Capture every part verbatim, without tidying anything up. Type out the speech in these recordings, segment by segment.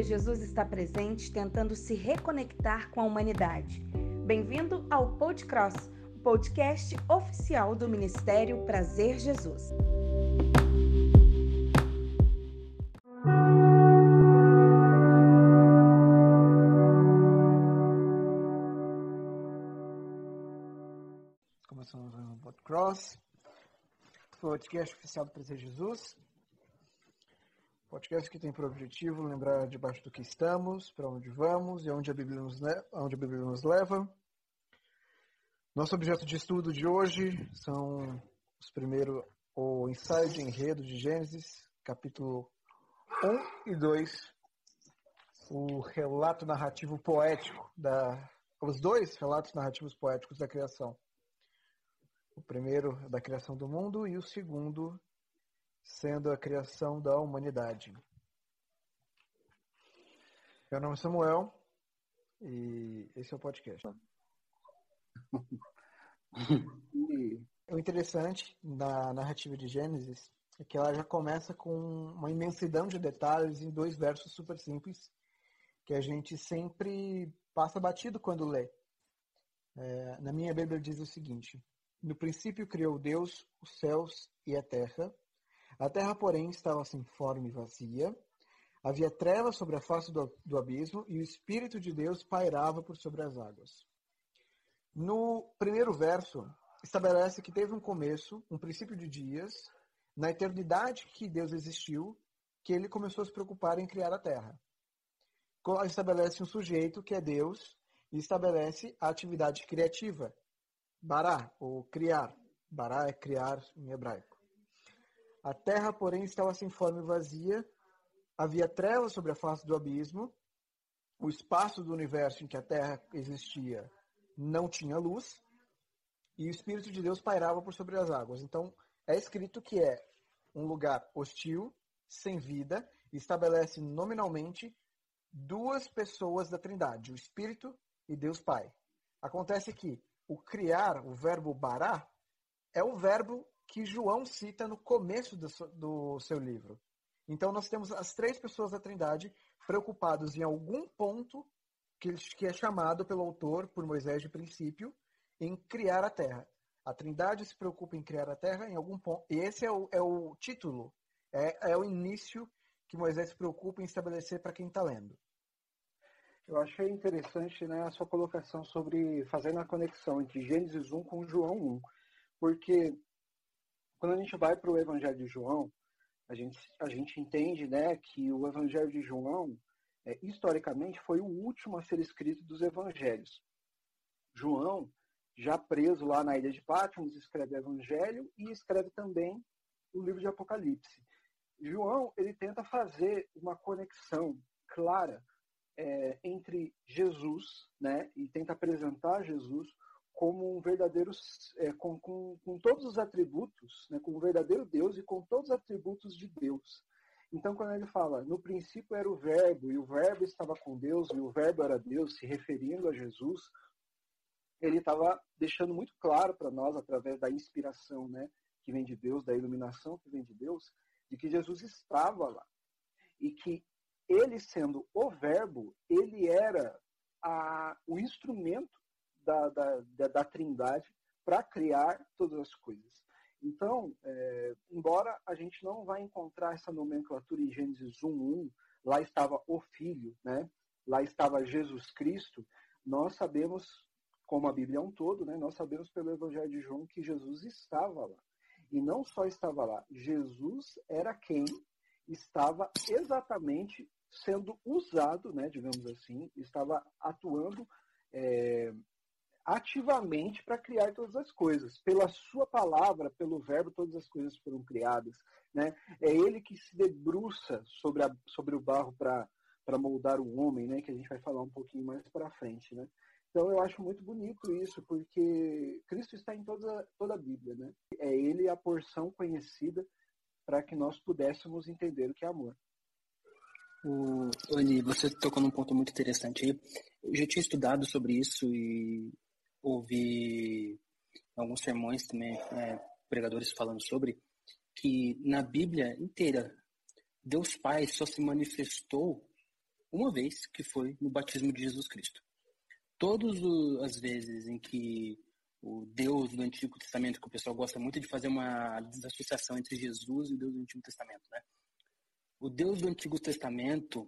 dia, Jesus está presente, tentando se reconectar com a humanidade. Bem-vindo ao Podcross, o podcast oficial do Ministério Prazer Jesus. Começamos mais um Podcross, podcast oficial do Prazer Jesus. Podcast que tem por objetivo lembrar debaixo do que estamos, para onde vamos e onde a Bíblia nos, le- onde a Bíblia nos leva. Nosso objeto de estudo de hoje são os primeiros, o ensaio de enredo de Gênesis, capítulo um e dois, o relato narrativo poético, da, os dois relatos narrativos poéticos da criação. O primeiro da criação do mundo e o segundo sendo a criação da humanidade. Meu nome é Samuel e esse é o podcast. O interessante na narrativa de Gênesis é que ela já começa com uma imensidão de detalhes em dois versos super simples que a gente sempre passa batido quando lê. É, na minha Bíblia diz o seguinte: no princípio criou Deus os céus e a terra. A terra, porém, estava sem forma e vazia. Havia trevas sobre a face do, do abismo e o Espírito de Deus pairava por sobre as águas. No primeiro verso, estabelece que teve um começo, um princípio de dias, na eternidade que Deus existiu, que ele começou a se preocupar em criar a terra. Estabelece um sujeito, que é Deus, e estabelece a atividade criativa, bará, ou criar. Bará é criar em hebraico. A terra, porém, estava sem forma e vazia. Havia trevas sobre a face do abismo. O espaço do universo em que a terra existia não tinha luz. E o Espírito de Deus pairava por sobre as águas. Então, é escrito que é um lugar hostil, sem vida, e estabelece nominalmente duas pessoas da Trindade, o Espírito e Deus Pai. Acontece que o criar, o verbo bará, é o verbo que João cita no começo do, do seu livro. Então nós temos as três pessoas da Trindade preocupados em algum ponto que, que é chamado pelo autor, por Moisés de princípio, em criar a terra. A Trindade se preocupa em criar a terra em algum ponto. E esse é o, é o título, é, é o início que Moisés se preocupa em estabelecer para quem está lendo. Eu achei interessante, né, a sua colocação sobre fazendo a conexão entre Gênesis um com João um. Porque quando a gente vai para o Evangelho de João, a gente, a gente entende, né, que o Evangelho de João, é, historicamente, foi o último a ser escrito dos Evangelhos. João, já preso lá na ilha de Patmos, escreve o Evangelho e escreve também o livro de Apocalipse. João, ele tenta fazer uma conexão clara é, entre Jesus, né, e tenta apresentar Jesus como um verdadeiro, é, com, com, com todos os atributos, né, como um verdadeiro Deus e com todos os atributos de Deus. Então, quando ele fala, no princípio era o verbo, e o verbo estava com Deus, e o verbo era Deus, se referindo a Jesus, ele estava deixando muito claro para nós, através da inspiração, né, que vem de Deus, da iluminação que vem de Deus, de que Jesus estava lá. E que ele, sendo o verbo, ele era a, o instrumento Da, da, da, da Trindade para criar todas as coisas. Então, é, embora a gente não vai encontrar essa nomenclatura em Gênesis um um, lá estava o Filho, né? Lá estava Jesus Cristo, nós sabemos, como a Bíblia é um todo, né? Nós sabemos pelo Evangelho de João que Jesus estava lá. E não só estava lá, Jesus era quem estava exatamente sendo usado, né, digamos assim, estava atuando é, ativamente para criar todas as coisas. Pela sua palavra, pelo verbo, todas as coisas foram criadas. Né? É ele que se debruça sobre, a, sobre o barro para moldar o homem, né? Que a gente vai falar um pouquinho mais para frente. Né? Então eu acho muito bonito isso, porque Cristo está em toda, toda a Bíblia. Né? É ele a porção conhecida para que nós pudéssemos entender o que é amor. O, Oli, você tocou num ponto muito interessante aí. Eu já tinha estudado sobre isso e ouvi alguns sermões também, é, pregadores falando sobre, que na Bíblia inteira, Deus Pai só se manifestou uma vez, que foi no batismo de Jesus Cristo. Todas as vezes em que o Deus do Antigo Testamento, que o pessoal gosta muito de fazer uma desassociação entre Jesus e o Deus do Antigo Testamento, né? O Deus do Antigo Testamento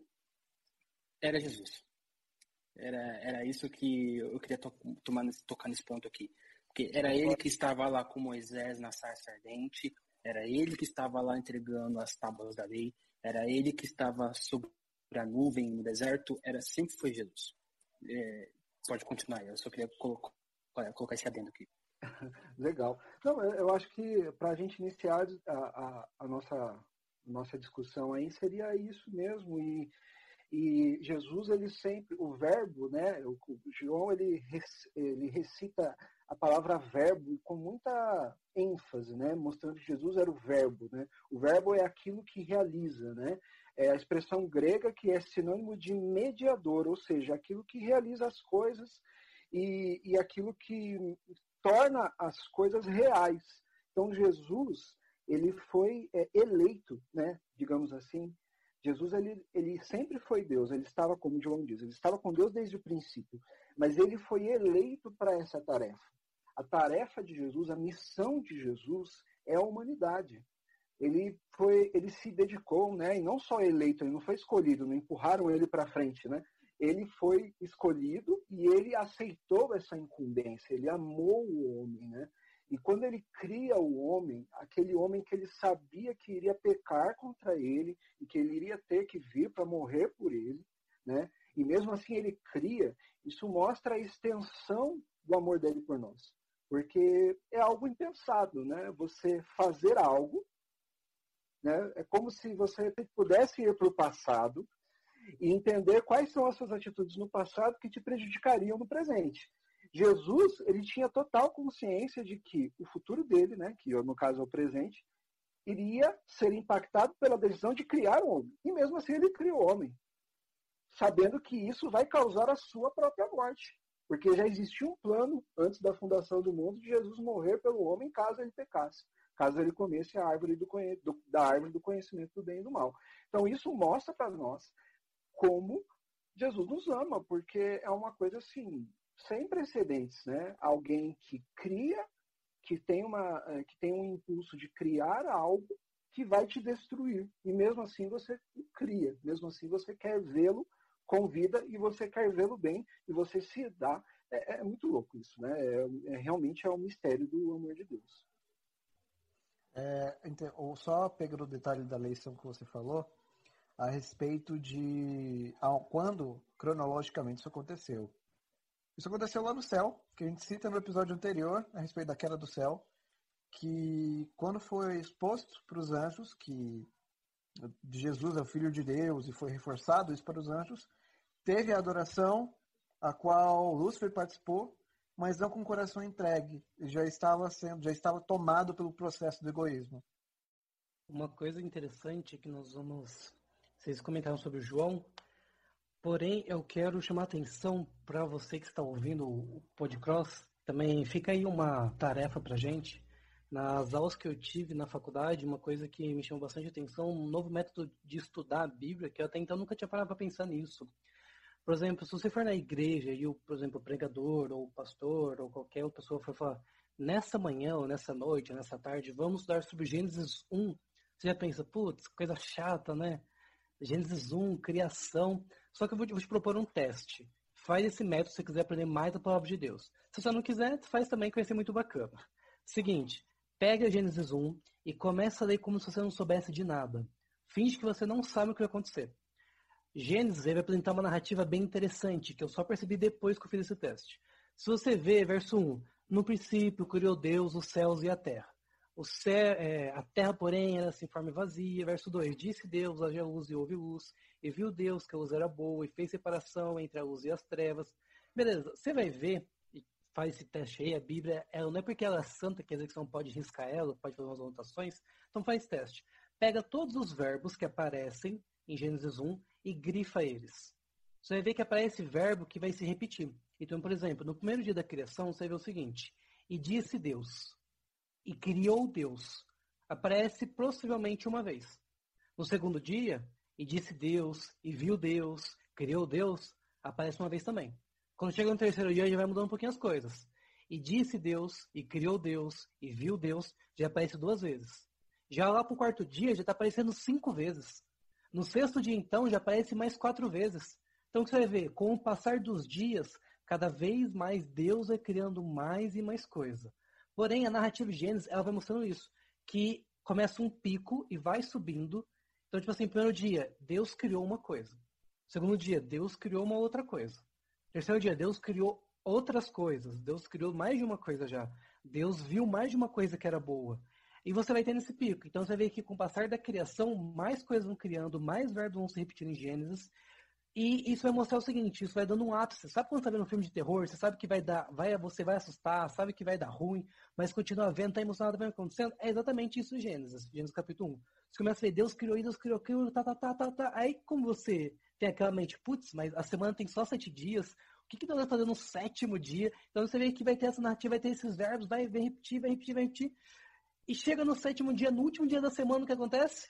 era Jesus. Era, era isso que eu queria to- tomar nesse, tocar nesse ponto aqui. Porque era ele que estava lá com Moisés na sarça ardente, era ele que estava lá entregando as tábuas da lei, era ele que estava sobre a nuvem no deserto, era sempre foi Jesus. É, pode continuar, eu só queria colocar, colocar esse adendo aqui. Legal. Não, eu eu acho que para a gente iniciar a, a, a nossa, nossa discussão aí seria isso mesmo. E, e Jesus, ele sempre, o verbo, né? O, o João, ele, rec- ele recita a palavra verbo com muita ênfase, né? Mostrando que Jesus era o verbo, né? O verbo é aquilo que realiza, né? É a expressão grega que é sinônimo de mediador, ou seja, aquilo que realiza as coisas e, e aquilo que torna as coisas reais. Então, Jesus, ele foi é, eleito, né? Digamos assim. Jesus, ele, ele sempre foi Deus, ele estava, como João diz, ele estava com Deus desde o princípio, mas ele foi eleito para essa tarefa. A tarefa de Jesus, a missão de Jesus é a humanidade. Ele foi, ele se dedicou, né? E não só eleito, ele não foi escolhido, não empurraram ele para frente, né? Ele foi escolhido e ele aceitou essa incumbência, ele amou o homem, né? E quando ele cria o homem, aquele homem que ele sabia que iria pecar contra ele e que ele iria ter que vir para morrer por ele, né? E mesmo assim ele cria, isso mostra a extensão do amor dele por nós. Porque é algo impensado, né? Você fazer algo, né? É como se você pudesse ir para o passado e entender quais são as suas atitudes no passado que te prejudicariam no presente. Jesus, ele tinha total consciência de que o futuro dele, né, que no caso é o presente, iria ser impactado pela decisão de criar o homem. E mesmo assim ele cria o homem, sabendo que isso vai causar a sua própria morte. Porque já existia um plano, antes da fundação do mundo, de Jesus morrer pelo homem caso ele pecasse, caso ele comesse a árvore do, do, da árvore do conhecimento do bem e do mal. Então isso mostra para nós como Jesus nos ama, porque é uma coisa assim, sem precedentes, né? Alguém que cria, que tem, uma, que tem um impulso de criar algo que vai te destruir. E mesmo assim você cria, mesmo assim você quer vê-lo com vida e você quer vê-lo bem e você se dá. É, é muito louco isso, né? É, é, realmente é um mistério do amor de Deus. É, então, só pegando o detalhe da eleição que você falou, a respeito de quando, cronologicamente, isso aconteceu. Isso aconteceu lá no céu, que a gente cita no episódio anterior, a respeito da queda do céu, que quando foi exposto para os anjos, que Jesus é o Filho de Deus, e foi reforçado isso para os anjos, teve a adoração, a qual Lúcifer participou, mas não com o coração entregue. Ele já estava sendo, já estava tomado pelo processo do egoísmo. Uma coisa interessante que nós vamos... Vocês comentaram sobre o João, porém eu quero chamar a atenção para você que está ouvindo o Podcross. Também fica aí uma tarefa para a gente. Nas aulas que eu tive na faculdade, uma coisa que me chamou bastante atenção, um novo método de estudar a Bíblia, que eu até então nunca tinha parado para pensar nisso. Por exemplo, se você for na igreja e, o, por exemplo, o pregador ou o pastor ou qualquer outra pessoa for falar, nessa manhã ou nessa noite ou nessa tarde, vamos estudar sobre Gênesis um, você já pensa, putz, coisa chata, né? Gênesis um, criação. Só que eu vou te, vou te propor um teste. Faz esse método se você quiser aprender mais da palavra de Deus. Se você não quiser, faz também que vai ser muito bacana. Seguinte, pega Gênesis um e começa a ler como se você não soubesse de nada. Finge que você não sabe o que vai acontecer. Gênesis vai apresentar uma narrativa bem interessante, que eu só percebi depois que eu fiz esse teste. Se você vê, verso um, no princípio criou Deus os céus e a terra. O céu, é, a terra, porém, era sem forma e vazia. Verso dois, disse Deus, haja luz e houve luz. E viu Deus que a luz era boa e fez separação entre a luz e as trevas. Beleza, você vai ver, e faz esse teste aí, a Bíblia, ela não é porque ela é santa, quer dizer que você não pode riscar ela, pode fazer umas anotações. Então faz teste. Pega todos os verbos que aparecem em Gênesis um e grifa eles. Você vai ver que aparece verbo que vai se repetir. Então, por exemplo, no primeiro dia da criação, você vê o seguinte, e disse Deus. E criou Deus. Aparece possivelmente uma vez. No segundo dia, e disse Deus, e viu Deus, criou Deus, aparece uma vez também. Quando chega no terceiro dia, já vai mudando um pouquinho as coisas. E disse Deus, e criou Deus, e viu Deus, já aparece duas vezes. Já lá pro quarto dia, já está aparecendo cinco vezes. No sexto dia, então, já aparece mais quatro vezes. Então, o que você vai ver? Com o passar dos dias, cada vez mais Deus vai criando mais e mais coisa. Porém, a narrativa de Gênesis, ela vai mostrando isso. Que começa um pico e vai subindo. Então, tipo assim, primeiro dia, Deus criou uma coisa. Segundo dia, Deus criou uma outra coisa. Terceiro dia, Deus criou outras coisas. Deus criou mais de uma coisa já. Deus viu mais de uma coisa que era boa. E você vai tendo esse pico. Então, você vê que com o passar da criação, mais coisas vão criando, mais verbos vão se repetindo em Gênesis. E isso vai mostrar o seguinte, isso vai dando um ápice. Sabe quando você está vendo um filme de terror, você sabe que vai dar, vai, você vai assustar, sabe que vai dar ruim, mas continua vendo, está emocionado, vai acontecendo? É exatamente isso em Gênesis, Gênesis capítulo um. Você começa a ver, Deus criou, Deus criou, criou, tá, tá, tá, tá, tá. Aí como você tem aquela mente, putz, mas a semana tem só sete dias, o que que Deus vai fazer no sétimo dia? Então você vê que vai ter essa narrativa, vai ter esses verbos, vai, vai repetir, vai repetir, vai repetir. E chega no sétimo dia, no último dia da semana, o que acontece?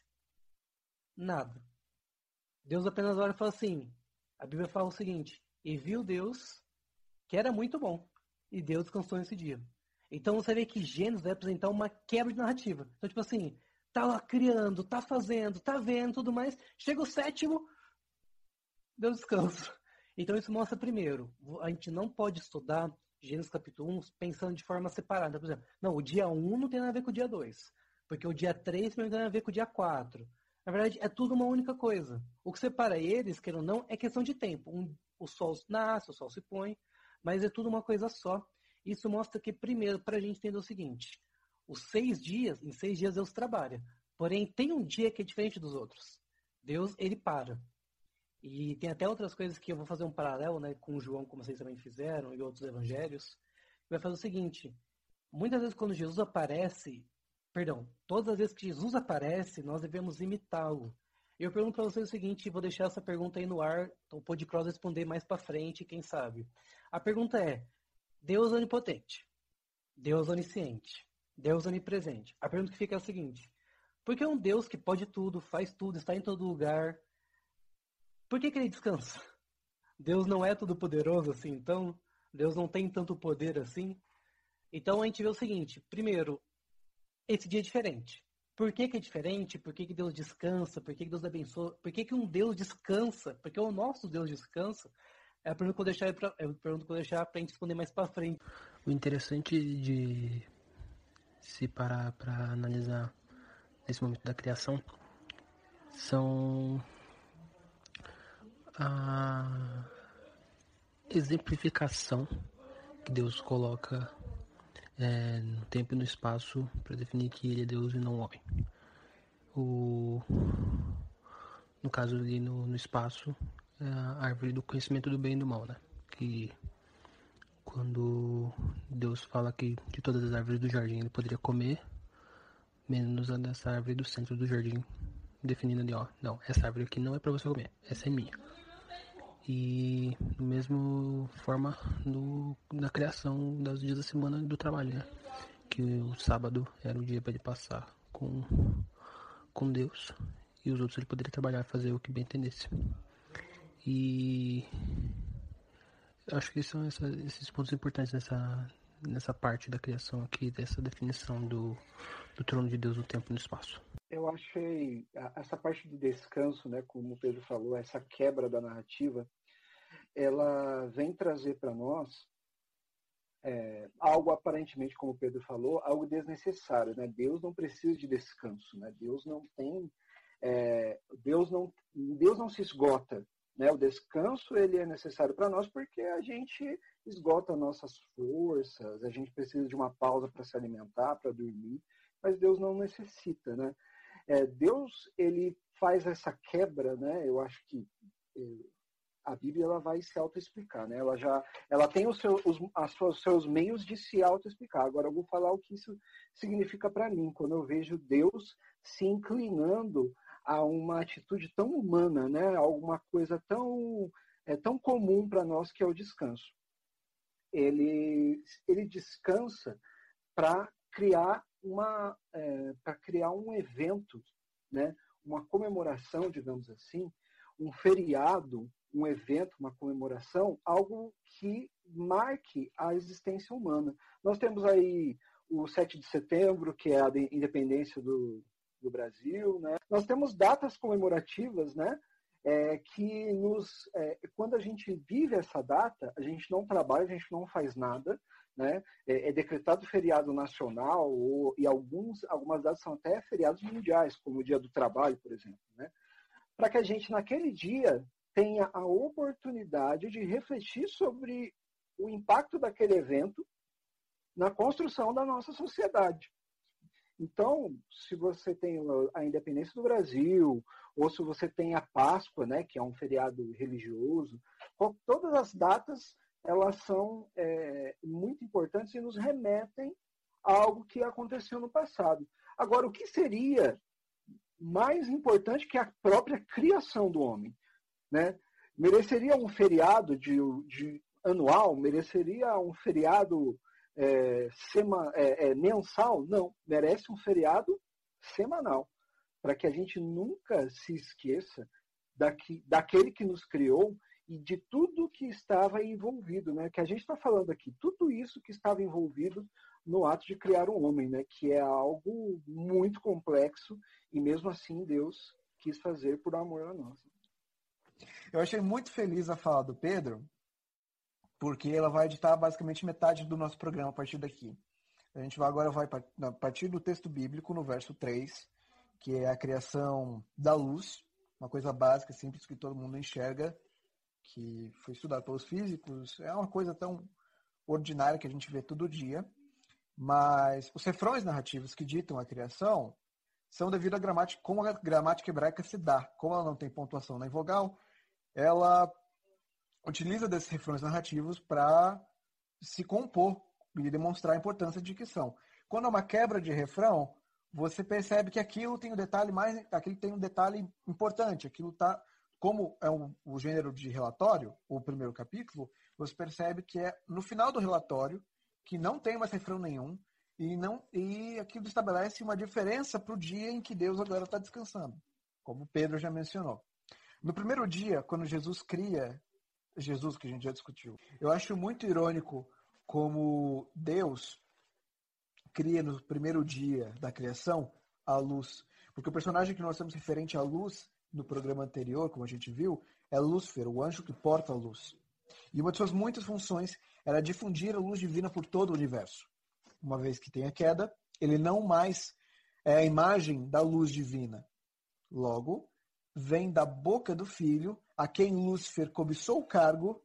Nada. Deus apenas olha e fala assim, a Bíblia fala o seguinte, e viu Deus que era muito bom, e Deus descansou nesse dia. Então você vê que Gênesis vai apresentar uma quebra de narrativa. Então, tipo assim, tá lá criando, tá fazendo, tá vendo, tudo mais, chega o sétimo, Deus descansa. Então isso mostra primeiro, a gente não pode estudar Gênesis capítulo um pensando de forma separada. Por exemplo, não, o dia um não tem nada a ver com o dia dois, porque o dia três não tem nada a ver com o dia quatro. Na verdade, é tudo uma única coisa. O que separa eles, quer ou não, é questão de tempo. Um, o sol nasce, o sol se põe, mas é tudo uma coisa só. Isso mostra que, primeiro, para a gente entender o seguinte, os seis dias, em seis dias Deus trabalha. Porém, tem um dia que é diferente dos outros. Deus, ele para. E tem até outras coisas que eu vou fazer um paralelo, né, com João, como vocês também fizeram, e outros evangelhos. Vai fazer o seguinte, muitas vezes quando Jesus aparece, perdão, todas as vezes que Jesus aparece, nós devemos imitá-lo. Eu pergunto para vocês o seguinte, vou deixar essa pergunta aí no ar, então o Podcross responder mais para frente, quem sabe. A pergunta é, Deus onipotente, Deus onisciente, Deus onipresente. A pergunta que fica é a seguinte, por que um Deus que pode tudo, faz tudo, está em todo lugar, por que que ele descansa? Deus não é todo poderoso assim, então? Deus não tem tanto poder assim? Então a gente vê o seguinte, primeiro, esse dia é diferente. Por que que é diferente? Por que que Deus descansa? Por que que Deus abençoa? Por que que um Deus descansa? Porque o nosso Deus descansa? É a pergunta que eu vou deixar pra, é a pergunta que eu vou deixar pra gente responder mais pra frente. O interessante de se parar para analisar nesse momento da criação são a exemplificação que Deus coloca é, no tempo e no espaço para definir que ele é Deus e não homem. O, no caso ali no, no espaço, é a árvore do conhecimento do bem e do mal, né? Que quando Deus fala que de todas as árvores do jardim ele poderia comer, menos a dessa árvore do centro do jardim, definindo ali, ó, não, essa árvore aqui não é para você comer, essa é minha. E da mesma forma no, na criação dos dias da semana do trabalho, né? Que o sábado era o dia para ele passar com, com Deus e os outros ele poderia trabalhar e fazer o que bem entendesse. E eu acho que são essa, esses pontos importantes nessa, nessa parte da criação aqui, dessa definição do, do trono de Deus no tempo e no espaço. Eu achei essa parte do descanso, né, como o Pedro falou, essa quebra da narrativa, ela vem trazer para nós é, algo aparentemente, como o Pedro falou, algo desnecessário, né? Deus não precisa de descanso, né? Deus não tem, é, Deus não, Deus não se esgota, né? O descanso ele é necessário para nós porque a gente esgota nossas forças, a gente precisa de uma pausa para se alimentar, para dormir, mas Deus não necessita, né? É, Deus ele faz essa quebra, né? Eu acho que é, a Bíblia ela vai se autoexplicar, né? Ela já, ela tem os seus, os, as suas, seus meios de se autoexplicar. Agora eu vou falar o que isso significa para mim quando eu vejo Deus se inclinando a uma atitude tão humana, né? Alguma coisa tão é tão comum para nós que é o descanso. Ele ele descansa para criar uma é, para criar um evento, né? Uma comemoração, digamos assim, um feriado, um evento, uma comemoração, algo que marque a existência humana. Nós temos aí o sete de setembro, que é a independência do, do Brasil, né? Nós temos datas comemorativas, né? É, que nos, é, quando a gente vive essa data, a gente não trabalha, a gente não faz nada, né? É, é decretado feriado nacional ou, e alguns, algumas datas são até feriados mundiais, como o Dia do Trabalho, por exemplo, né? Para que a gente, naquele dia, tenha a oportunidade de refletir sobre o impacto daquele evento na construção da nossa sociedade. Então, se você tem a independência do Brasil, ou se você tem a Páscoa, né, que é um feriado religioso, todas as datas elas são é, muito importantes e nos remetem a algo que aconteceu no passado. Agora, o que seria mais importante que a própria criação do homem, né? Mereceria um feriado de, de anual? Mereceria um feriado É, sema, é, é, mensal? Não, merece um feriado semanal, para que a gente nunca se esqueça daqui, daquele que nos criou e de tudo que estava envolvido, né? Que a gente está falando aqui, tudo isso que estava envolvido no ato de criar um homem, né? Que é algo muito complexo e mesmo assim Deus quis fazer por amor a nós. Eu achei muito feliz a fala do Pedro, porque ela vai editar basicamente metade do nosso programa a partir daqui. A gente vai agora vai a partir do texto bíblico, no verso três, que é a criação da luz, uma coisa básica, simples, que todo mundo enxerga, que foi estudado pelos físicos, é uma coisa tão ordinária que a gente vê todo dia, mas os refrões narrativos que ditam a criação são devido à gramática, como a gramática hebraica se dá. Como ela não tem pontuação nem vogal, ela utiliza desses refrões narrativos para se compor e demonstrar a importância de que são. Quando é uma quebra de refrão, você percebe que aquilo tem um detalhe mais, aquilo tem um detalhe importante. Aquilo tá, como é um, o gênero de relatório, o primeiro capítulo, você percebe que é no final do relatório que não tem mais refrão nenhum e não e aquilo estabelece uma diferença para o dia em que Deus agora está descansando, como Pedro já mencionou. No primeiro dia, quando Jesus cria Jesus, que a gente já discutiu. Eu acho muito irônico como Deus cria no primeiro dia da criação a luz. Porque o personagem que nós temos referente à luz no programa anterior, como a gente viu, é Lúcifer, o anjo que porta a luz. E uma de suas muitas funções era difundir a luz divina por todo o universo. Uma vez que tem a queda, ele não mais é a imagem da luz divina. Logo, vem da boca do Filho, a quem Lúcifer cobiçou o cargo,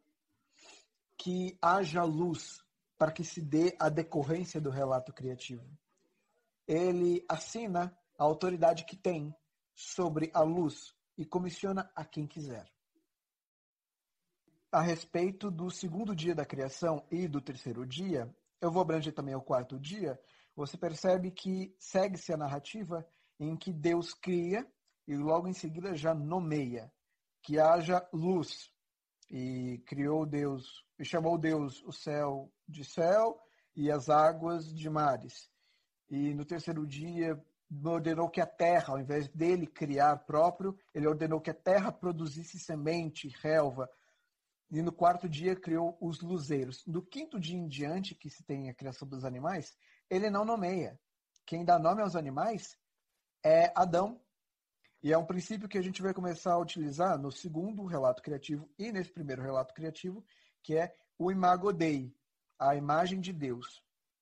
que haja luz para que se dê a decorrência do relato criativo. Ele assina a autoridade que tem sobre a luz e comissiona a quem quiser. A respeito do segundo dia da criação e do terceiro dia, eu vou abranger também o quarto dia, você percebe que segue-se a narrativa em que Deus cria e logo em seguida já nomeia que haja luz. E criou Deus, e chamou Deus o céu de céu e as águas de mares. E no terceiro dia ordenou que a terra, ao invés dele criar próprio, ele ordenou que a terra produzisse semente, relva. E no quarto dia criou os luzeiros. Do quinto dia em diante, que se tem a criação dos animais, ele não nomeia. Quem dá nome aos animais é Adão. E é um princípio que a gente vai começar a utilizar no segundo relato criativo e nesse primeiro relato criativo, que é o Imago Dei, a imagem de Deus.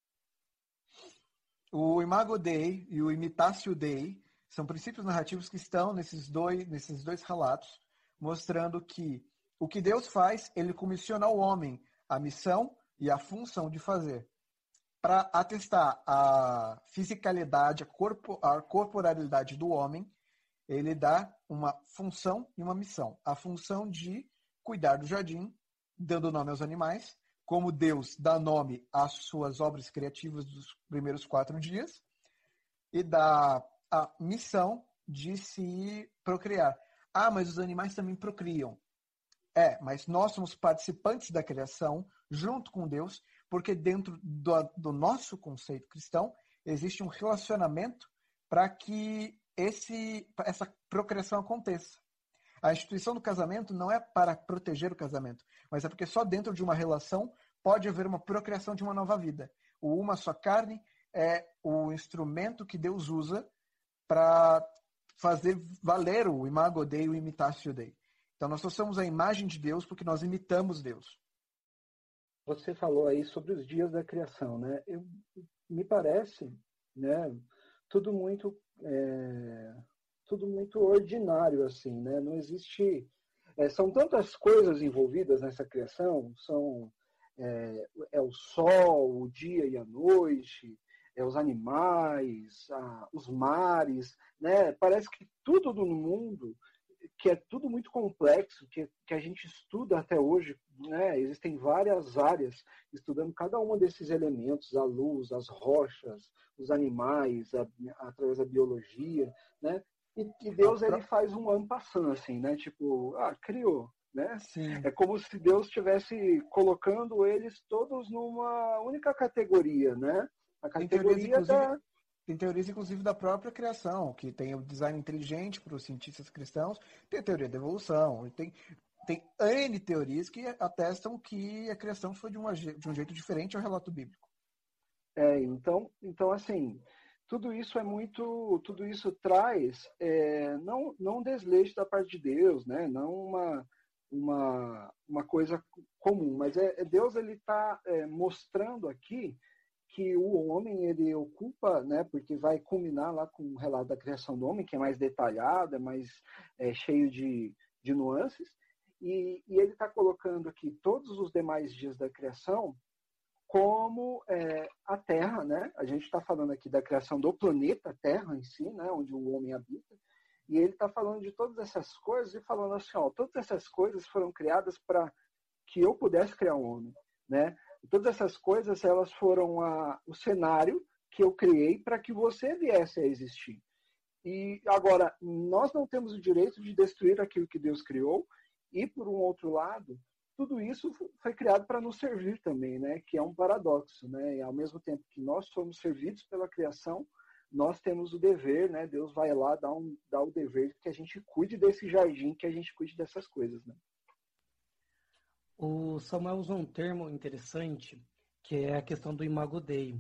O Imago Dei e o Imitatio Dei são princípios narrativos que estão nesses dois, nesses dois relatos, mostrando que o que Deus faz, ele comissiona ao homem a missão e a função de fazer. Para atestar a fisicalidade, a, corpo, a corporalidade do homem, ele dá uma função e uma missão. A função de cuidar do jardim, dando nome aos animais, como Deus dá nome às suas obras criativas dos primeiros quatro dias, e dá a missão de se procriar. Ah, mas os animais também procriam. É, mas nós somos participantes da criação, junto com Deus, porque dentro do, do nosso conceito cristão, existe um relacionamento para que esse, essa procriação aconteça. A instituição do casamento não é para proteger o casamento, mas é porque só dentro de uma relação pode haver uma procriação de uma nova vida. O uma só carne é o instrumento que Deus usa para fazer valer o imago Dei, o imitatio Dei. Então nós só somos a imagem de Deus porque nós imitamos Deus. Você falou aí sobre os dias da criação, né? Eu, me parece, né, tudo muito, é, tudo muito ordinário, assim, né? Não existe... É, são tantas coisas envolvidas nessa criação, são é, é o sol, o dia e a noite, é os animais, a, os mares, né? Parece que tudo no mundo, que é tudo muito complexo, que, que a gente estuda até hoje, né? Existem várias áreas estudando cada um desses elementos, a luz, as rochas, os animais, a, através da biologia, né? E, e Deus, ele faz um ano passando, assim, né? Tipo, ah, criou, né? Sim. É como se Deus estivesse colocando eles todos numa única categoria, né? A Tem categoria teorias, da... inclusive, tem teorias, inclusive, da própria criação, que tem o design inteligente para os cientistas cristãos, tem a teoria da evolução, tem, tem N teorias que atestam que a criação foi de, uma, de um jeito diferente ao relato bíblico. É, então, então, assim, tudo isso é muito, tudo isso traz é, não, não um desleixo da parte de Deus, né? Não uma, uma, uma coisa comum, mas é, é Deus, ele está é, mostrando aqui que o homem, ele ocupa, né, porque vai culminar lá com o relato da criação do homem, que é mais detalhado, é mais é, cheio de, de nuances, e, e ele está colocando aqui todos os demais dias da criação como é, a Terra, né? A gente está falando aqui da criação do planeta Terra em si, né, onde o homem habita, e ele está falando de todas essas coisas e falando assim, ó, todas essas coisas foram criadas para que eu pudesse criar um homem, né? Todas essas coisas, elas foram a, o cenário que eu criei para que você viesse a existir. E agora, nós não temos o direito de destruir aquilo que Deus criou, e por um outro lado, tudo isso foi criado para nos servir também, né? Que é um paradoxo, né? E ao mesmo tempo que nós somos servidos pela criação, nós temos o dever, né? Deus vai lá dar, um, dar o dever que a gente cuide desse jardim, que a gente cuide dessas coisas, né? O Samuel usou um termo interessante, que é a questão do imago Dei.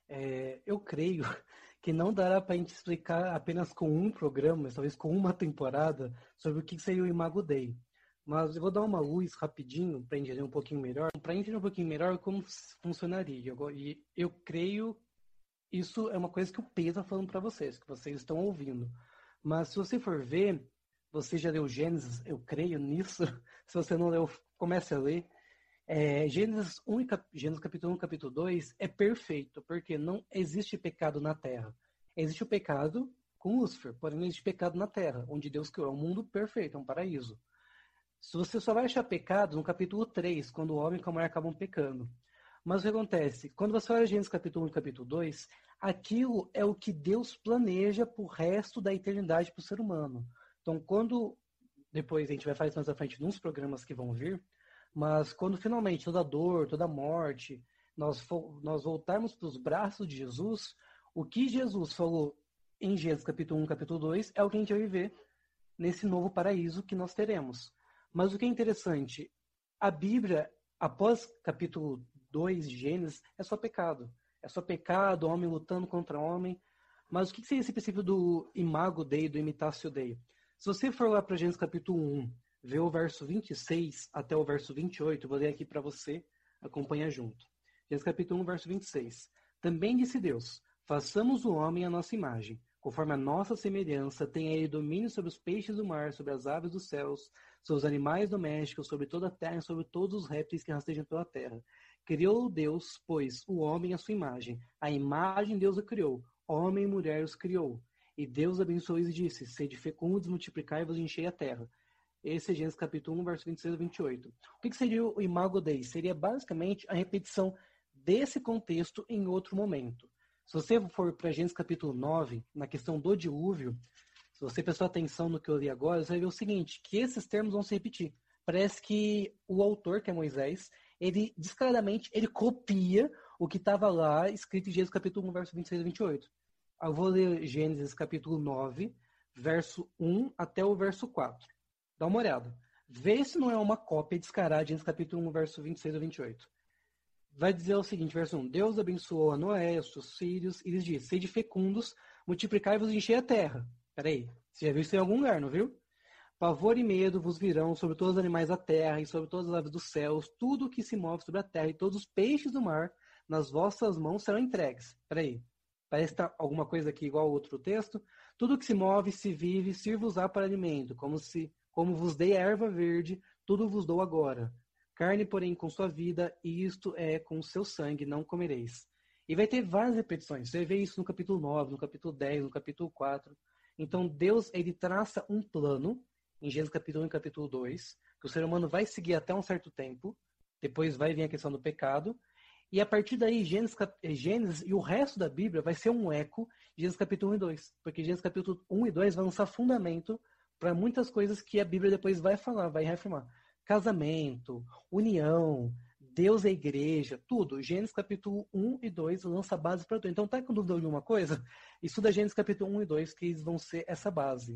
É, eu creio que não dará para a gente explicar apenas com um programa, mas talvez com uma temporada, sobre o que seria o imago Dei. Mas eu vou dar uma luz rapidinho para entender um pouquinho melhor, para entender um pouquinho melhor como funcionaria. E eu creio, isso é uma coisa que o Pedro está falando para vocês, que vocês estão ouvindo. Mas se você for ver, você já leu Gênesis, eu creio nisso. Se você não leu, comece a ler. É, Gênesis, um, Gênesis capítulo um, capítulo dois é perfeito, porque não existe pecado na Terra. Existe o pecado com Lúcifer, porém não existe pecado na Terra, onde Deus criou um mundo perfeito, é um paraíso. Se você só vai achar pecado no capítulo três, quando o homem e a mulher acabam pecando. Mas o que acontece? Quando você olha Gênesis capítulo um e capítulo dois, aquilo é o que Deus planeja para o resto da eternidade para o ser humano. Então, quando, depois a gente vai fazer mais à frente nos programas que vão vir, mas quando finalmente toda dor, toda morte, nós, nós voltarmos para os braços de Jesus, o que Jesus falou em Gênesis capítulo um, capítulo dois, é o que a gente vai viver nesse novo paraíso que nós teremos. Mas o que é interessante, a Bíblia, após capítulo dois de Gênesis, é só pecado. É só pecado, homem lutando contra homem. Mas o que seria esse princípio do imago Dei, do imitatio Dei? Se você for lá para Gênesis capítulo um, ver o verso vinte e seis até o verso vinte e oito, vou ler aqui para você, acompanha junto. Gênesis capítulo um, verso vinte e seis. Também disse Deus, façamos o homem à nossa imagem, conforme a nossa semelhança, tenha ele domínio sobre os peixes do mar, sobre as aves dos céus, sobre os animais domésticos, sobre toda a terra e sobre todos os répteis que rastejam pela terra. Criou Deus, pois, o homem à sua imagem. A imagem Deus o criou. Homem e mulher os criou. E Deus abençoou e disse, sede fecundos, multiplicai-vos e enchei a terra. Esse é Gênesis capítulo um, verso vinte e seis a vinte e oito. O que seria o imago Dei? Seria basicamente a repetição desse contexto em outro momento. Se você for para Gênesis capítulo nove, na questão do dilúvio, se você prestar atenção no que eu li agora, você vai ver o seguinte, que esses termos vão se repetir. Parece que o autor, que é Moisés, ele descaradamente ele copia o que estava lá escrito em Gênesis capítulo um, verso vinte e seis a vinte e oito. Eu vou ler Gênesis capítulo nove, verso um até o verso quatro. Dá uma olhada. Vê se não é uma cópia descarada de Gênesis capítulo um, verso vinte e seis ou vinte e oito. Vai dizer o seguinte, verso um. Deus abençoou a Noé e os seus filhos e lhes disse, sede fecundos, multiplicai-vos e enchei a terra. Peraí, você já viu isso em algum lugar, não viu? Pavor e medo vos virão sobre todos os animais da terra e sobre todas as aves dos céus, tudo o que se move sobre a terra e todos os peixes do mar, nas vossas mãos serão entregues. Peraí, parece que tá alguma coisa aqui igual ao outro texto. Tudo o que se move, se vive, sirva-vos-á para alimento, como se, como vos dei a erva verde, tudo vos dou agora. Carne, porém, com sua vida, e isto é com o seu sangue, não comereis. E vai ter várias repetições. Você vê isso no capítulo nove, no capítulo dez, no capítulo quatro. Então, Deus, ele traça um plano, em Gênesis capítulo um e capítulo dois, que o ser humano vai seguir até um certo tempo, depois vai vir a questão do pecado, e a partir daí, Gênesis, Gênesis e o resto da Bíblia vai ser um eco de Gênesis capítulo um e dois, porque Gênesis capítulo um e dois vai lançar fundamento para muitas coisas que a Bíblia depois vai falar, vai reafirmar. Casamento, união, Deus e a igreja, tudo. Gênesis capítulo um e dois lança base para tudo. Então, tá com dúvida de alguma coisa? Estuda Gênesis capítulo um e dois, que eles vão ser essa base.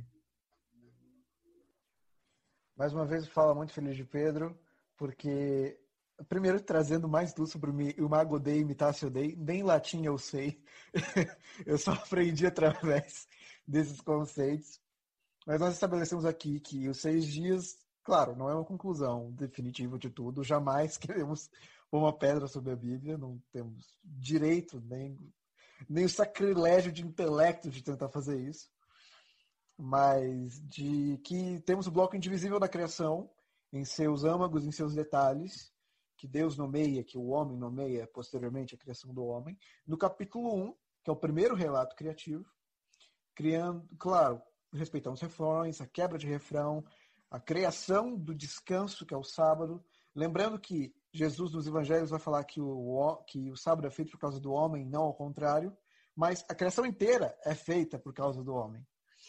Mais uma vez, fala muito feliz de Pedro, porque, primeiro, trazendo mais luz sobre o Imago Dei, Imitatio Dei, nem latim eu sei, eu só aprendi através desses conceitos. Mas nós estabelecemos aqui que os seis dias, claro, não é uma conclusão definitiva de tudo, jamais queremos pôr uma pedra sobre a Bíblia, não temos direito, nem, nem o sacrilégio de intelecto de tentar fazer isso. Mas de que temos o bloco indivisível da criação, em seus âmagos, em seus detalhes, que Deus nomeia, que o homem nomeia posteriormente a criação do homem. No capítulo um, que é o primeiro relato criativo, criando, claro, respeitando os refrões, a quebra de refrão, a criação do descanso, que é o sábado. Lembrando que Jesus nos evangelhos vai falar que o, que o sábado é feito por causa do homem, não ao contrário, mas a criação inteira é feita por causa do homem.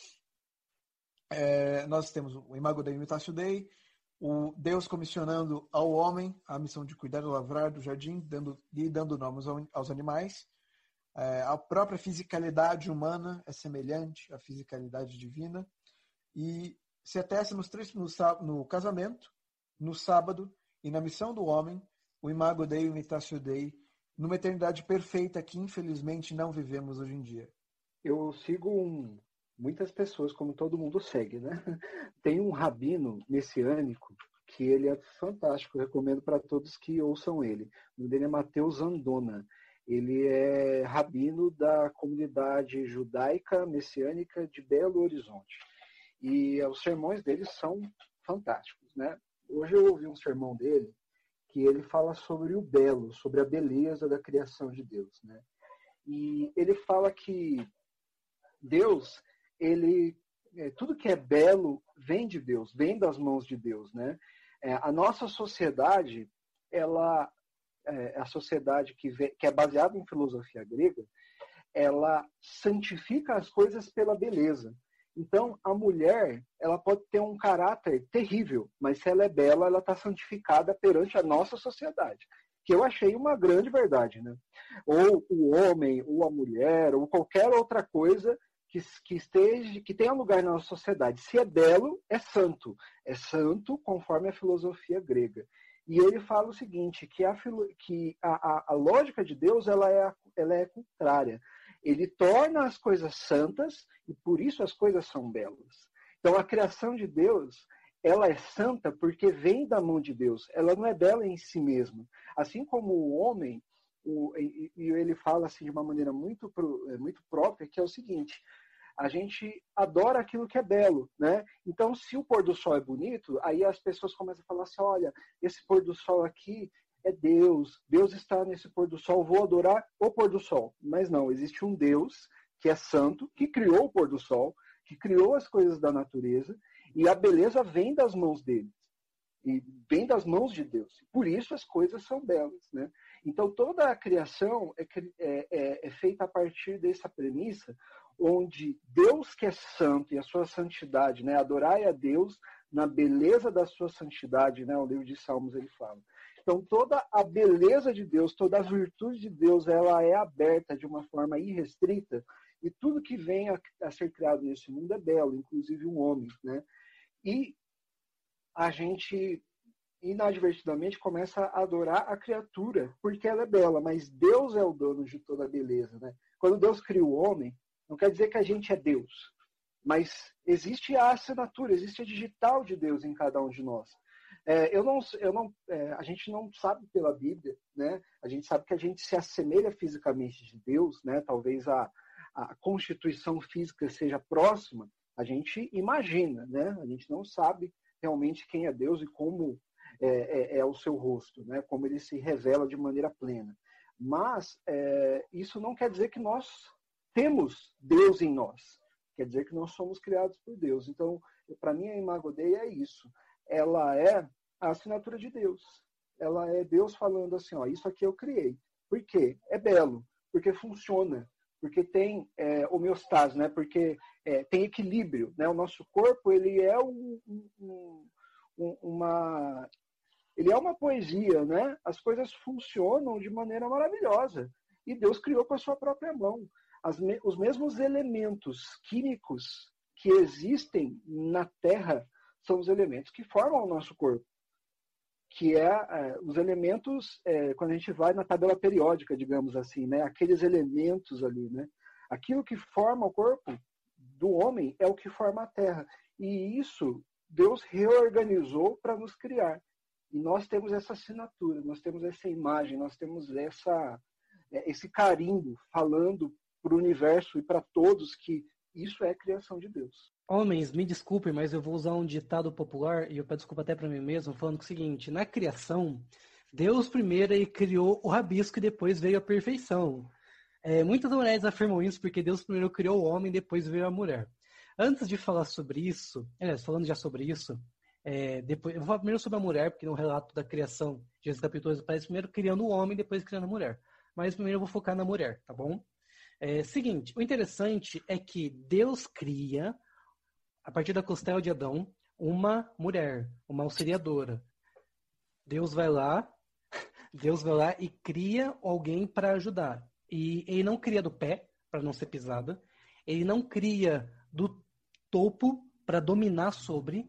É, nós temos o Imago Dei, Imitatio Dei, o Deus comissionando ao homem a missão de cuidar do lavrar do jardim, dando, e dando nomes aos animais. É, a própria fisicalidade humana é semelhante à fisicalidade divina e se atesta nos três, no, no casamento, no sábado e na missão do homem, o Imago Dei, Imitatio Dei, numa eternidade perfeita que infelizmente não vivemos hoje em dia. Eu sigo um muitas pessoas, como todo mundo segue, né? Tem um rabino messiânico que ele é fantástico, eu recomendo para todos que ouçam ele. O nome dele é Mateus Andona. Ele é rabino da comunidade judaica messiânica de Belo Horizonte. E os sermões dele são fantásticos, né? Hoje eu ouvi um sermão dele que ele fala sobre o belo, sobre a beleza da criação de Deus, né? E ele fala que Deus, ele, é, tudo que é belo vem de Deus, vem das mãos de Deus, né? É, a nossa sociedade, ela, é, a sociedade que, vê, que é baseada em filosofia grega, ela santifica as coisas pela beleza. Então, a mulher, ela pode ter um caráter terrível, mas se ela é bela, ela está santificada perante a nossa sociedade, que eu achei uma grande verdade, né? Ou o homem, ou a mulher, ou qualquer outra coisa que, que esteja, que tenha lugar na nossa sociedade. Se é belo, é santo. É santo conforme a filosofia grega. E ele fala o seguinte, que a, que a, a, a lógica de Deus ela é, ela é contrária. Ele torna as coisas santas e por isso as coisas são belas. Então a criação de Deus, ela é santa porque vem da mão de Deus. Ela não é bela em si mesma. Assim como o homem, o, e, e ele fala assim de uma maneira muito, muito própria, que é o seguinte, a gente adora aquilo que é belo, né? Então, se o pôr do sol é bonito, aí as pessoas começam a falar assim, olha, esse pôr do sol aqui é Deus, Deus está nesse pôr do sol, vou adorar o pôr do sol. Mas não, existe um Deus que é santo, que criou o pôr do sol, que criou as coisas da natureza, e a beleza vem das mãos dele, e vem das mãos de Deus. Por isso as coisas são belas, né? Então toda a criação é, é, é feita a partir dessa premissa, onde Deus que é santo e a sua santidade, né? Adorai a Deus na beleza da sua santidade, né? O livro de Salmos ele fala. Então toda a beleza de Deus, toda a virtude de Deus, ela é aberta de uma forma irrestrita e tudo que vem a, a ser criado nesse mundo é belo, inclusive um homem, né? E a gente inadvertidamente começa a adorar a criatura, porque ela é bela, mas Deus é o dono de toda a beleza, né? Quando Deus cria o homem, não quer dizer que a gente é Deus, mas existe a assinatura, existe a digital de Deus em cada um de nós. É, eu não, eu não, é, a gente não sabe pela Bíblia, né? A gente sabe que a gente se assemelha fisicamente de Deus, né? Talvez a, a constituição física seja próxima, a gente imagina, né? A gente não sabe realmente quem é Deus e como é, é, é o seu rosto, né? Como ele se revela de maneira plena. Mas é, isso não quer dizer que nós temos Deus em nós. Quer dizer que nós somos criados por Deus. Então, para mim, a Imago Dei é isso. Ela é a assinatura de Deus. Ela é Deus falando assim, ó, isso aqui eu criei. Por quê? É belo, porque funciona, porque tem é, homeostase, né? Porque é, tem equilíbrio, né? O nosso corpo, ele é um, um, um, uma... Ele é uma poesia, né? As coisas funcionam de maneira maravilhosa. E Deus criou com a sua própria mão. As me- os mesmos elementos químicos que existem na Terra são os elementos que formam o nosso corpo. Que é, é os elementos, é, quando a gente vai na tabela periódica, digamos assim, né? Aqueles elementos ali, né? Aquilo que forma o corpo do homem é o que forma a Terra. E isso Deus reorganizou para nos criar. E nós temos essa assinatura, nós temos essa imagem, nós temos essa, esse carimbo falando para o universo e para todos que isso é criação de Deus. Homens, me desculpem, mas eu vou usar um ditado popular, e eu peço desculpa até para mim mesmo, falando o seguinte: na criação, Deus primeiro ele criou o rabisco e depois veio a perfeição. É, muitas mulheres afirmam isso porque Deus primeiro criou o homem e depois veio a mulher. Antes de falar sobre isso, aliás, falando já sobre isso, É, depois, eu vou falar primeiro sobre a mulher, porque no relato da criação, Gênesis capítulo dois, aparece primeiro criando o homem, depois criando a mulher. Mas primeiro eu vou focar na mulher, tá bom? É, seguinte, o interessante é que Deus cria, a partir da costela de Adão, uma mulher, uma auxiliadora. Deus vai lá, Deus vai lá e cria alguém para ajudar. E ele não cria do pé, para não ser pisada. Ele não cria do topo, para dominar sobre,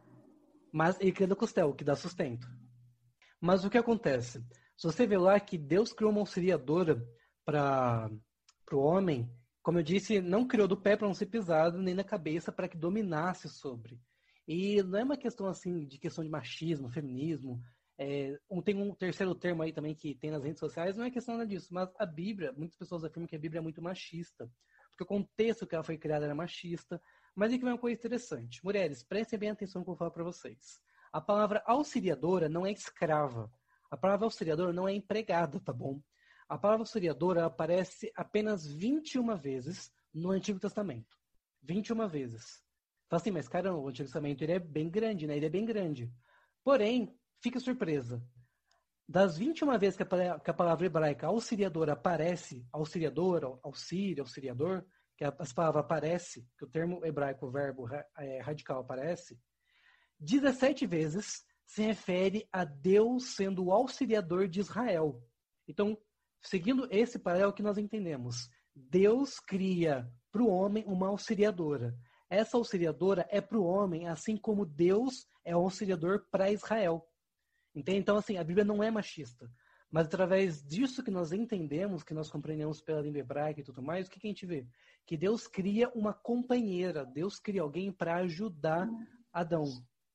mas ele cria do costelo, que dá sustento. Mas o que acontece? Se você vê lá que Deus criou uma auxiliadora para o homem, como eu disse, não criou do pé para não ser pisado, nem na cabeça para que dominasse sobre. E não é uma questão assim de questão de machismo, feminismo. É, um, tem um terceiro termo aí também que tem nas redes sociais, não é questão nada disso, mas a Bíblia, muitas pessoas afirmam que a Bíblia é muito machista, porque o contexto que ela foi criada era machista. Mas aqui vem uma coisa interessante. Mulheres, prestem bem atenção no que eu vou falar para vocês. A palavra auxiliadora não é escrava. A palavra auxiliadora não é empregada, tá bom? A palavra auxiliadora aparece apenas vinte e uma vezes no Antigo Testamento. vinte e uma vezes. Fala assim, mas caramba, o Antigo Testamento ele é bem grande, né? Ele é bem grande. Porém, fica surpresa. Das vinte e uma vezes que a, que a palavra hebraica auxiliadora aparece, auxiliador, auxílio, auxiliador, que as palavras aparece, que o termo hebraico, o verbo é, radical aparece, dezessete vezes se refere a Deus sendo o auxiliador de Israel. Então, seguindo esse paralelo que nós entendemos, Deus cria para o homem uma auxiliadora. Essa auxiliadora é para o homem, assim como Deus é o auxiliador para Israel. Entende? Então, assim, a Bíblia não é machista. Mas através disso que nós entendemos, que nós compreendemos pela língua hebraica e tudo mais, o que, que a gente vê? Que Deus cria uma companheira, Deus cria alguém para ajudar Adão.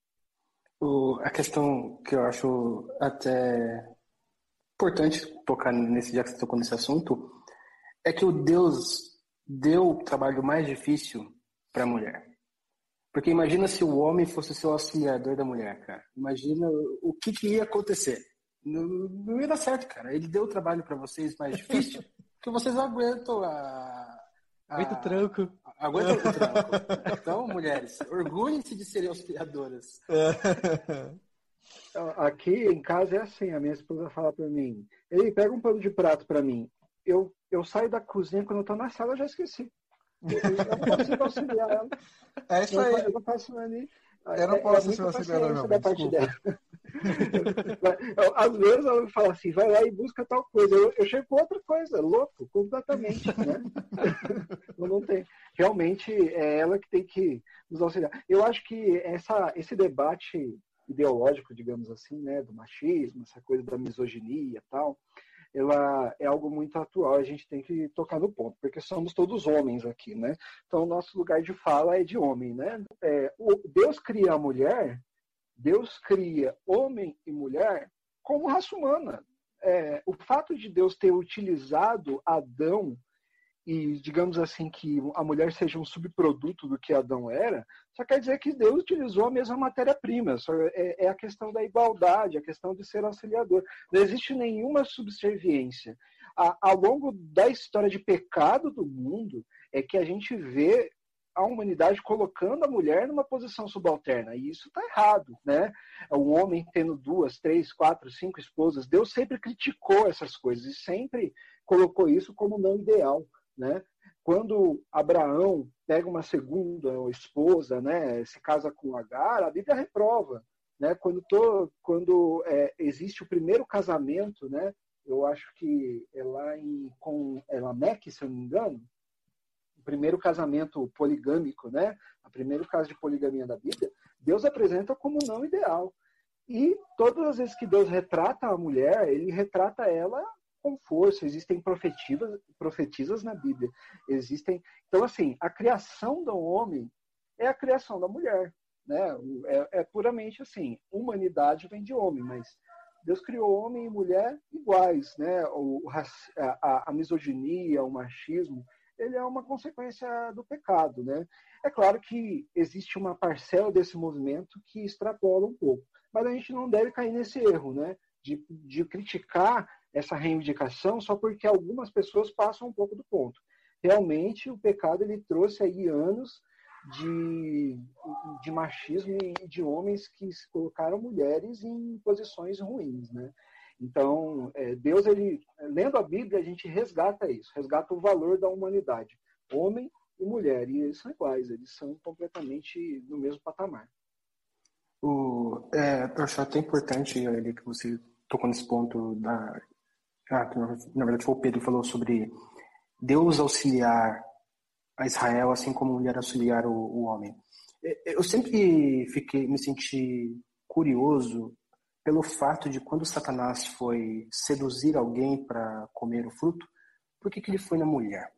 O, a questão que eu acho até importante tocar nesse, já que você tocou nesse assunto, é que o Deus deu o trabalho mais difícil para a mulher. Porque imagina se o homem fosse ser o auxiliador da mulher, cara. Imagina o que, que ia acontecer. Não, não ia dar certo, cara. Ele deu o trabalho para vocês mais difícil, que vocês aguentam a... Aguenta o tranco. Aguenta o tranco. Então, mulheres, orgulhem-se de serem auxiliadoras. Aqui em casa é assim, a minha esposa fala para mim, ei, pega um pano de prato para mim. Eu, eu saio da cozinha, quando eu tô na sala, eu já esqueci. Eu, eu não consigo auxiliar ela. É isso não, aí. Eu não faço ali. Eu não posso é, é ser auxiliador, não. Da parte dela. Às vezes ela me fala assim, vai lá e busca tal coisa. Eu, eu chego com outra coisa, louco, completamente, né? Eu não tenho. Realmente é ela que tem que nos auxiliar. Eu acho que essa, esse debate ideológico, digamos assim, né, do machismo, essa coisa da misoginia e tal, ela é algo muito atual, a gente tem que tocar no ponto, porque somos todos homens aqui, né? Então, o nosso lugar de fala é de homem, né? É, o, Deus cria a mulher, Deus cria homem e mulher como raça humana. É, o fato de Deus ter utilizado Adão e, digamos assim, que a mulher seja um subproduto do que Adão era, só quer dizer que Deus utilizou a mesma matéria-prima. É, é a questão da igualdade, a questão de ser auxiliador. Não existe nenhuma subserviência. A, ao longo da história de pecado do mundo, é que a gente vê a humanidade colocando a mulher numa posição subalterna. E isso está errado, né? O homem tendo duas, três, quatro, cinco esposas. Deus sempre criticou essas coisas e sempre colocou isso como não ideal, né? Quando Abraão pega uma segunda esposa, né, se casa com Agar, a Bíblia reprova, né? Quando, tô, quando é, existe o primeiro casamento, né, eu acho que é lá em com é Lameque, se eu não me engano, o primeiro casamento poligâmico, né, o primeiro caso de poligamia da Bíblia, Deus apresenta como não ideal. E todas as vezes que Deus retrata a mulher, ele retrata ela com força. Existem profetisas, profetisas na Bíblia. Existem. Então, assim, a criação do homem é a criação da mulher, né? É, é puramente assim. Humanidade vem de homem, mas Deus criou homem e mulher iguais, né? O, a, a misoginia, o machismo, ele é uma consequência do pecado, né? É claro que existe uma parcela desse movimento que extrapola um pouco, mas a gente não deve cair nesse erro, né? De, de criticar essa reivindicação só porque algumas pessoas passam um pouco do ponto. Realmente, o pecado ele trouxe aí anos de, de machismo e de homens que colocaram mulheres em posições ruins, né? Então, é, Deus, ele, lendo a Bíblia, a gente resgata isso, resgata o valor da humanidade. Homem e mulher, e eles são iguais, eles são completamente no mesmo patamar. O, é, eu acho até importante, ali, que você tocou nesse ponto, da, ah, que na verdade foi o Pedro que falou sobre Deus auxiliar a Israel, assim como a mulher auxiliar o, o homem. Eu sempre fiquei, me senti curioso pelo fato de quando Satanás foi seduzir alguém para comer o fruto, por que que ele foi na mulher?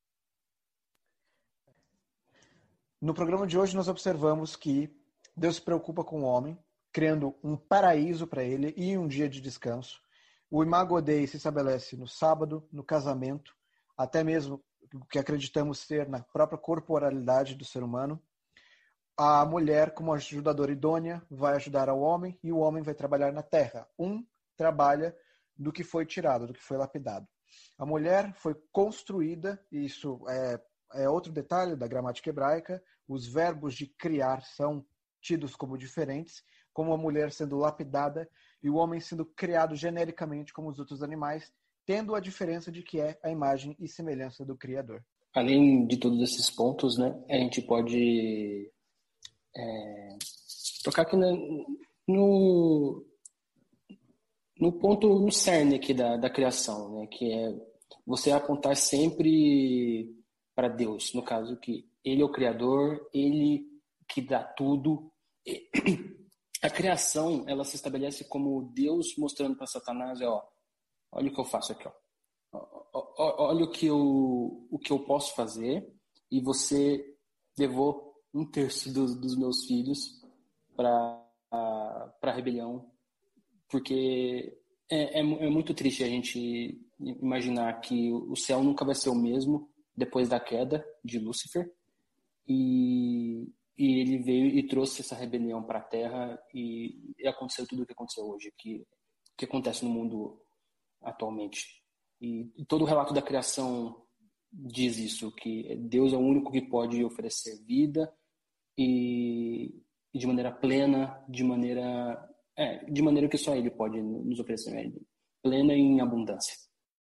No programa de hoje nós observamos que Deus se preocupa com o homem, criando um paraíso para ele e um dia de descanso. O Imago Dei se estabelece no sábado, no casamento, até mesmo o que acreditamos ser na própria corporalidade do ser humano. A mulher, como ajudadora idônea, vai ajudar ao homem e o homem vai trabalhar na terra. Um trabalha do que foi tirado, do que foi lapidado. A mulher foi construída, e isso é, é outro detalhe da gramática hebraica, os verbos de criar são tidos como diferentes, como a mulher sendo lapidada e o homem sendo criado genericamente como os outros animais, tendo a diferença de que é a imagem e semelhança do Criador. Além de todos esses pontos, né, a gente pode é, tocar aqui no, no, no ponto, no cerne aqui da, da criação, né, que é você apontar sempre para Deus, no caso que Ele é o Criador, Ele que dá tudo. A criação, ela se estabelece como Deus mostrando para Satanás, ó, olha o que eu faço aqui, ó. Olha o que eu, o que eu posso fazer, e você levou um terço dos, dos meus filhos para a rebelião, porque é, é, é muito triste a gente imaginar que o céu nunca vai ser o mesmo depois da queda de Lúcifer, e, e ele veio e trouxe essa rebelião para a Terra, e, e aconteceu tudo o que aconteceu hoje, que, que acontece no mundo atualmente. E, e todo o relato da criação diz isso, que Deus é o único que pode oferecer vida e, e de maneira plena, de maneira, é, de maneira que só Ele pode nos oferecer, né? Plena e em abundância.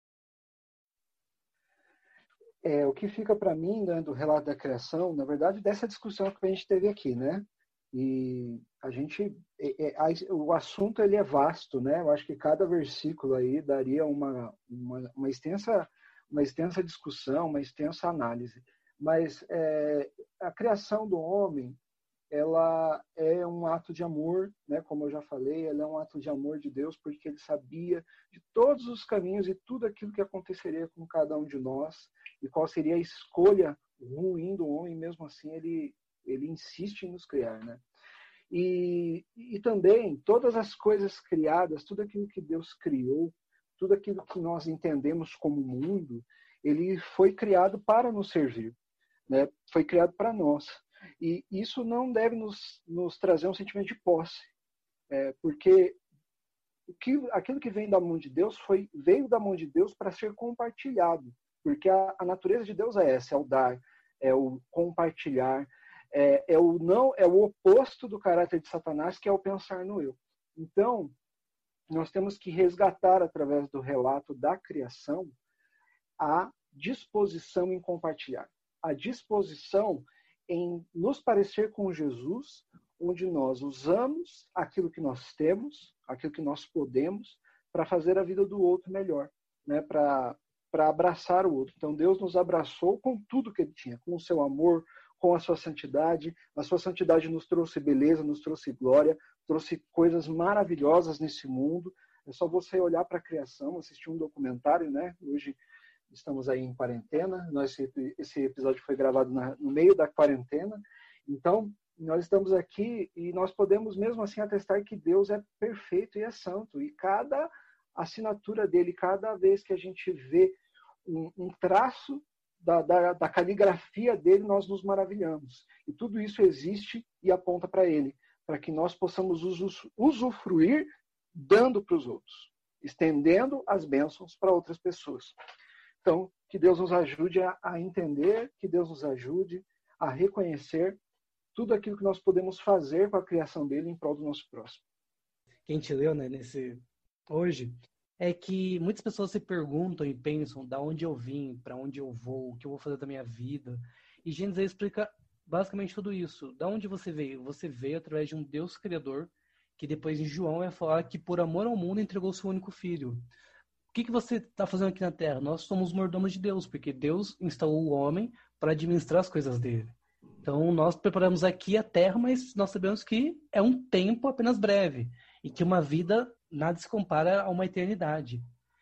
É, o que fica para mim, né, do relato da criação, na verdade, dessa discussão que a gente teve aqui, né? E a gente, é, é, o assunto ele é vasto, né? Eu acho que cada versículo aí daria uma, uma, uma extensa, uma extensa discussão, uma extensa análise. Mas é, a criação do homem, ela é um ato de amor, né? Como eu já falei, ela é um ato de amor de Deus, porque ele sabia de todos os caminhos e tudo aquilo que aconteceria com cada um de nós, e qual seria a escolha ruim do homem, mesmo assim ele, ele insiste em nos criar, né? E, e também, todas as coisas criadas, tudo aquilo que Deus criou, tudo aquilo que nós entendemos como mundo, ele foi criado para nos servir, né? Foi criado para nós. E isso não deve nos, nos trazer um sentimento de posse, é, porque o que, aquilo que vem da mão de Deus foi, veio da mão de Deus para ser compartilhado, porque a, a natureza de Deus é essa, é o dar, é o compartilhar, é, é o não, é o oposto do caráter de Satanás, que é o pensar no eu. Então, nós temos que resgatar, através do relato da criação, a disposição em compartilhar, a disposição em nos parecer com Jesus, onde nós usamos aquilo que nós temos, aquilo que nós podemos, para fazer a vida do outro melhor, né? Para para abraçar o outro. Então, Deus nos abraçou com tudo que Ele tinha, com o seu amor, com a sua santidade. A sua santidade nos trouxe beleza, nos trouxe glória, trouxe coisas maravilhosas nesse mundo. É só você olhar para a criação, assistir um documentário, né? Hoje estamos aí em quarentena, nós, esse episódio foi gravado na, no meio da quarentena, então nós estamos aqui e nós podemos mesmo assim atestar que Deus é perfeito e é santo, e cada assinatura dele, cada vez que a gente vê um, um traço da, da, da caligrafia dele, nós nos maravilhamos, e tudo isso existe e aponta para ele, para que nós possamos usufruir dando para os outros, estendendo as bênçãos para outras pessoas. Então, que Deus nos ajude a, a entender, que Deus nos ajude a reconhecer tudo aquilo que nós podemos fazer com a criação dele em prol do nosso próximo. Que a gente leu, né, nesse, hoje, é que muitas pessoas se perguntam e pensam da onde eu vim, para onde eu vou, o que eu vou fazer da minha vida. E Gênesis explica basicamente tudo isso. Da onde você veio? Você veio através de um Deus criador, que depois em João vai falar que por amor ao mundo entregou seu único filho. O que, que você está fazendo aqui na Terra? Nós somos mordomos de Deus, porque Deus instalou o homem para administrar as coisas dele. Então, nós preparamos aqui a Terra, mas nós sabemos que é um tempo apenas breve, e que uma vida nada se compara a uma eternidade.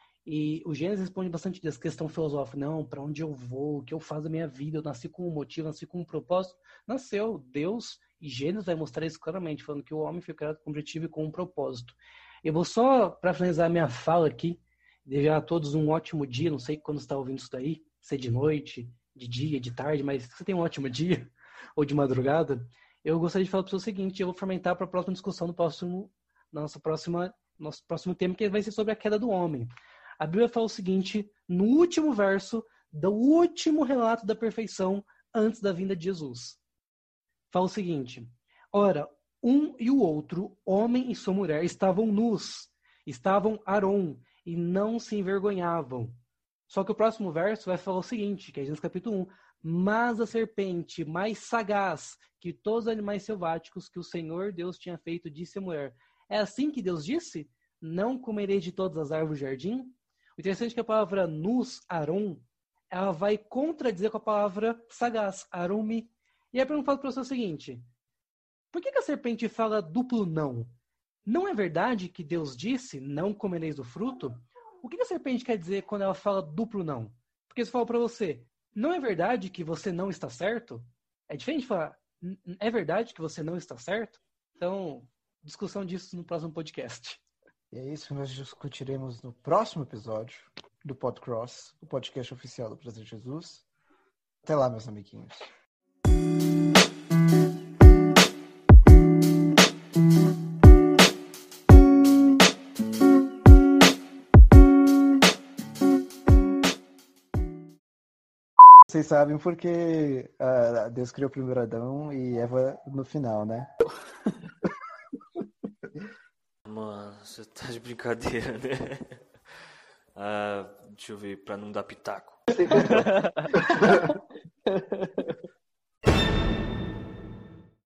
E o Gênesis responde bastante dessa questão filosófica. Não, para onde eu vou? O que eu faço da minha vida? Eu nasci com um motivo, nasci com um propósito. Nasceu. Deus, e Gênesis vai mostrar isso claramente, falando que o homem foi criado com um objetivo e com um propósito. Eu vou só, para finalizar minha fala aqui, desejar a todos um ótimo dia. Não sei quando você está ouvindo isso daí, se é de noite, de dia, de tarde, mas você tem um ótimo dia, ou de madrugada. Eu gostaria de falar para você o seguinte: eu vou fermentar para a próxima discussão, no próximo, nossa próxima, nosso próximo tema, que vai ser sobre a queda do homem. A Bíblia fala o seguinte, no último verso do último relato da perfeição antes da vinda de Jesus. Fala o seguinte: ora, um e o outro, homem e sua mulher, estavam nus, estavam Arão, e não se envergonhavam. Só que o próximo verso vai falar o seguinte, que é Gênesis capítulo um. Mas a serpente, mais sagaz que todos os animais selváticos que o Senhor Deus tinha feito, disse à mulher: é assim que Deus disse? Não comereis de todas as árvores do jardim? O interessante é que a palavra nus, Arum, ela vai contradizer com a palavra sagaz, Arumi. E aí a pergunta para você é o seguinte: por que, que a serpente fala duplo não? Não é verdade que Deus disse, não comereis do fruto? O que a serpente quer dizer quando ela fala duplo não? Porque se eu falo para você, não é verdade que você não está certo? É diferente de falar, é verdade que você não está certo? Então, discussão disso no próximo podcast. E é isso que nós discutiremos no próximo episódio do Podcross, o podcast oficial do Prazer Jesus. Até lá, meus amiguinhos. Vocês sabem porque uh, Deus criou primeiro Adão e Eva no final, né? Mano, você tá de brincadeira, né? Ah, deixa eu ver, pra não dar pitaco.